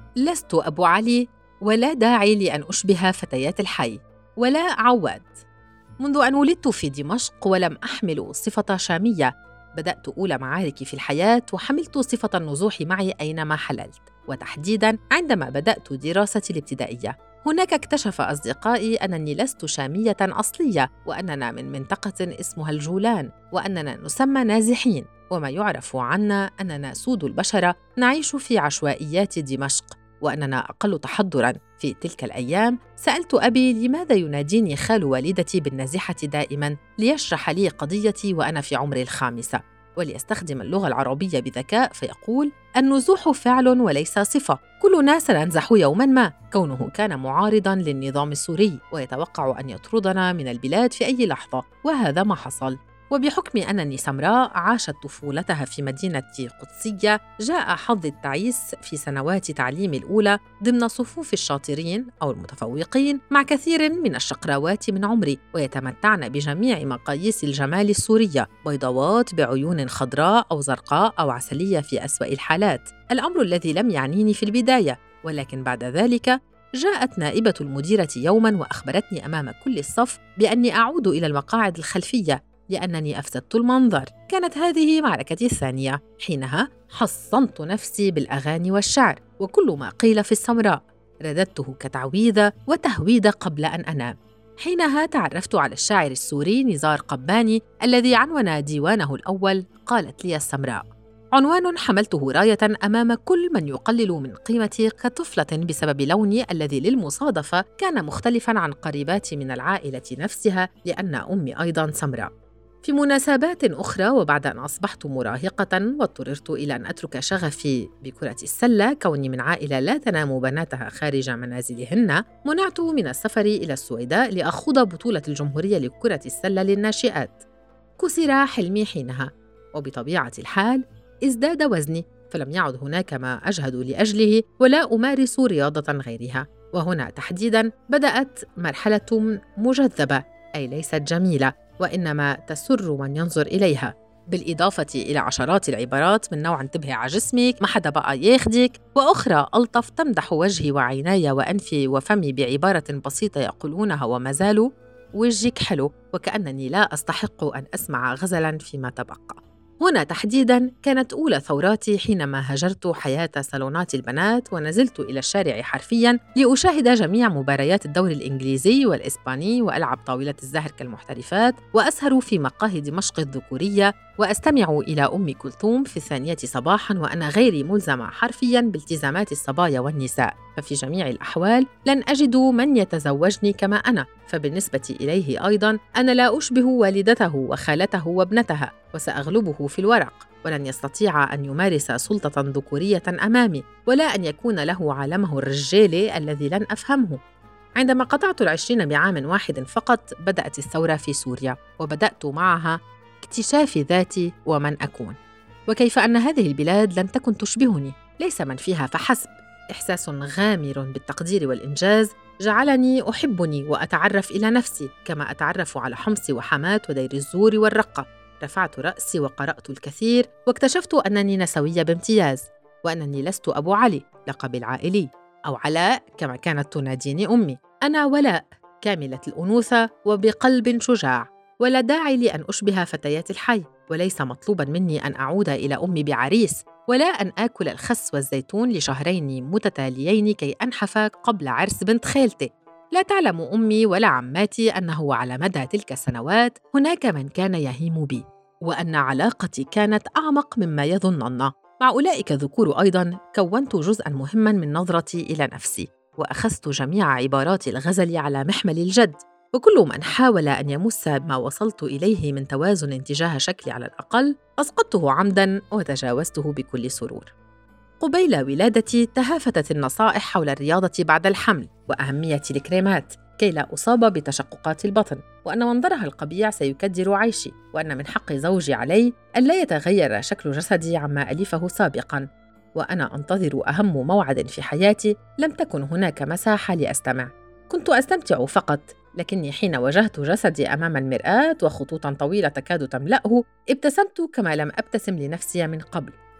لست أبو علي، ولا داعي لأن أشبه فتيات الحي، ولا عواد. منذ أن ولدت في دمشق ولم أحمل صفة شامية. بدأت أولى معاركي في الحياة وحملت صفة النزوح معي أينما حللت، وتحديداً عندما بدأت دراستي الابتدائية. هناك اكتشف أصدقائي أنني لست شامية أصلية، وأننا من منطقة اسمها الجولان، وأننا نسمى نازحين، وما يعرف عنا أننا سود البشرة نعيش في عشوائيات دمشق، وأننا أقل تحضراً. في تلك الأيام سألت أبي لماذا يناديني خال والدتي بالنازحة دائماً ليشرح لي قضيتي وأنا في عمر الخامسة، وليستخدم اللغة العربية بذكاء فيقول: النزوح فعل وليس صفة، كلنا سننزح يوماً ما. كونه كان معارضاً للنظام السوري ويتوقع أن يطردنا من البلاد في أي لحظة، وهذا ما حصل. وبحكم أنني سمراء عاشت طفولتها في مدينة قدسية، جاء حظي التعيس في سنوات تعليمي الأولى ضمن صفوف الشاطرين أو المتفوقين، مع كثير من الشقراوات من عمري، ويتمتعن بجميع مقاييس الجمال السورية: بيضاوات بعيون خضراء أو زرقاء أو عسلية في أسوأ الحالات، الأمر الذي لم يعنيني في البداية. ولكن بعد ذلك جاءت نائبة المديرة يوماً وأخبرتني أمام كل الصف بأني أعود إلى المقاعد الخلفية لأنني أفسدت المنظر. كانت هذه معركتي الثانية. حينها حصنت نفسي بالأغاني والشعر، وكل ما قيل في السمراء رددته كتعويذة وتهويدة قبل أن أنام. حينها تعرفت على الشاعر السوري نزار قباني الذي عنون ديوانه الأول قالت لي السمراء، عنوان حملته راية أمام كل من يقلل من قيمتي كطفلة بسبب لوني الذي للمصادفة كان مختلفاً عن قريباتي من العائلة نفسها، لأن أمي أيضاً سمراء. في مناسبات أخرى وبعد أن أصبحت مراهقة واضطررت إلى أن أترك شغفي بكرة السلة كوني من عائلة لا تنام بناتها خارج منازلهن، منعت من السفر إلى السويداء لأخوض بطولة الجمهورية لكرة السلة للناشئات. كسر حلمي حينها، وبطبيعة الحال ازداد وزني، فلم يعد هناك ما أجهد لأجله ولا أمارس رياضة غيرها. وهنا تحديداً بدأت مرحلة مجذبة، أي ليست جميلة وإنما تسر من ينظر إليها، بالإضافة إلى عشرات العبارات من نوع انتبهي على جسمك، ما حدا بقى ياخدك، وأخرى ألطف تمدح وجهي وعيناي وأنفي وفمي بعبارة بسيطة يقولونها وما زالوا: وجهك حلو، وكأنني لا أستحق أن أسمع غزلاً فيما تبقى. هنا تحديداً كانت أولى ثوراتي حينما هجرت حياة صالونات البنات ونزلت إلى الشارع حرفياً لأشاهد جميع مباريات الدوري الإنجليزي والإسباني وألعب طاولة الزهر كالمحترفات وأسهر في مقاهي دمشق الذكورية وأستمع إلى أم كلثوم في 2 صباحاً وأنا غير ملزمة حرفياً بالتزامات الصبايا والنساء. ففي جميع الأحوال لن أجد من يتزوجني كما أنا، فبالنسبة إليه أيضاً أنا لا أشبه والدته وخالته وابنتها، وسأغلبه في الورق، ولن يستطيع أن يمارس سلطة ذكورية أمامي، ولا أن يكون له عالمه الرجالي الذي لن أفهمه. عندما قطعت 20 بعام واحد فقط بدأت الثورة في سوريا، وبدأت معها اكتشاف ذاتي ومن أكون، وكيف أن هذه البلاد لم تكن تشبهني، ليس من فيها فحسب. إحساس غامر بالتقدير والإنجاز جعلني أحبني وأتعرف إلى نفسي كما أتعرف على حمص وحمات ودير الزور والرقة. رفعت رأسي وقرأت الكثير واكتشفت أنني نسوية بامتياز، وأنني لست أبو علي لقب العائلي أو علاء كما كانت تناديني أمي. أنا ولاء كاملة الأنوثة وبقلب شجاع، ولا داعي لأن أشبه فتيات الحي، وليس مطلوباً مني أن أعود إلى أمي بعريس، ولا أن آكل الخس والزيتون ل2 متتاليين كي أنحف قبل عرس بنت خالتي. لا تعلم أمي ولا عماتي أنه على مدى تلك السنوات هناك من كان يهيم بي، وأن علاقتي كانت أعمق مما يظنن. مع أولئك الذكور أيضاً كونت جزءاً مهماً من نظرتي إلى نفسي، وأخذت جميع عبارات الغزل على محمل الجد، وكل من حاول أن يمس ما وصلت إليه من توازن تجاه شكلي على الأقل أسقطته عمداً وتجاوزته بكل سرور. قبيل ولادتي تهافتت النصائح حول الرياضة بعد الحمل وأهمية الكريمات كي لا أصاب بتشققات البطن، وأن منظرها القبيح سيكدر عيشي، وأن من حق زوجي علي ألا يتغير شكل جسدي عما ألفه سابقاً. وأنا أنتظر أهم موعد في حياتي لم تكن هناك مساحة لأستمع. كنت أستمتع فقط، لكني حين وجهت جسدي أمام المرآة وخطوطاً طويلة تكاد تملأه ابتسمت كما لم أبتسم لنفسي من قبل.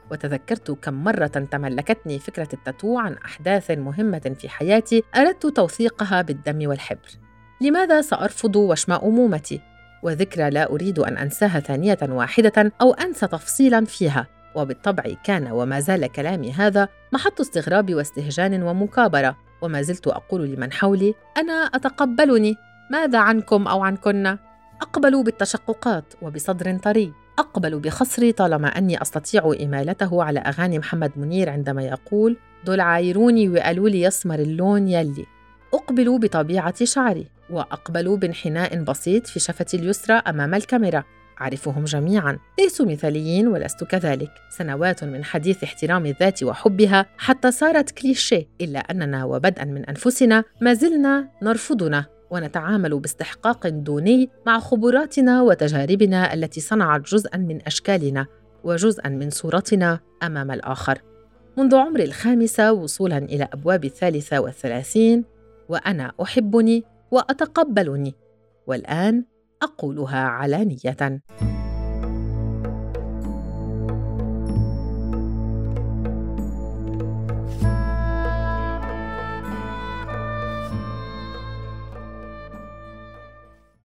وتذكرت كم مرة تملكتني فكرة التاتو عن أحداث مهمة في حياتي أردت توثيقها بالدم والحبر. لماذا سأرفض وشم أمومتي؟ وذكرى لا أريد أن أنساها ثانية واحدة أو أنسى تفصيلاً فيها. وبالطبع كان وما زال كلامي هذا محط استغراب واستهجان ومكابرة، وما زلت أقول لمن حولي: أنا أتقبلني، ماذا عنكم أو عنكن؟ أقبل بالتشققات وبصدر طري، أقبل بخصري طالما أني أستطيع إمالته على أغاني محمد منير عندما يقول: دول عايروني وقالوا لي يسمر اللون يلي. أقبل بطبيعة شعري، وأقبل بانحناء بسيط في شفتي اليسرى أمام الكاميرا. أعرفهم جميعاً، ليسوا مثاليين ولست كذلك. سنوات من حديث احترام الذات وحبها حتى صارت كليشيه، إلا أننا وبدءاً من أنفسنا ما زلنا نرفضنا ونتعامل باستحقاق دوني مع خبراتنا وتجاربنا التي صنعت جزءاً من أشكالنا وجزءاً من صورتنا أمام الآخر. منذ عمر 5 وصولاً إلى أبواب 33، وأنا أحبني وأتقبلني، والآن أقولها علانية.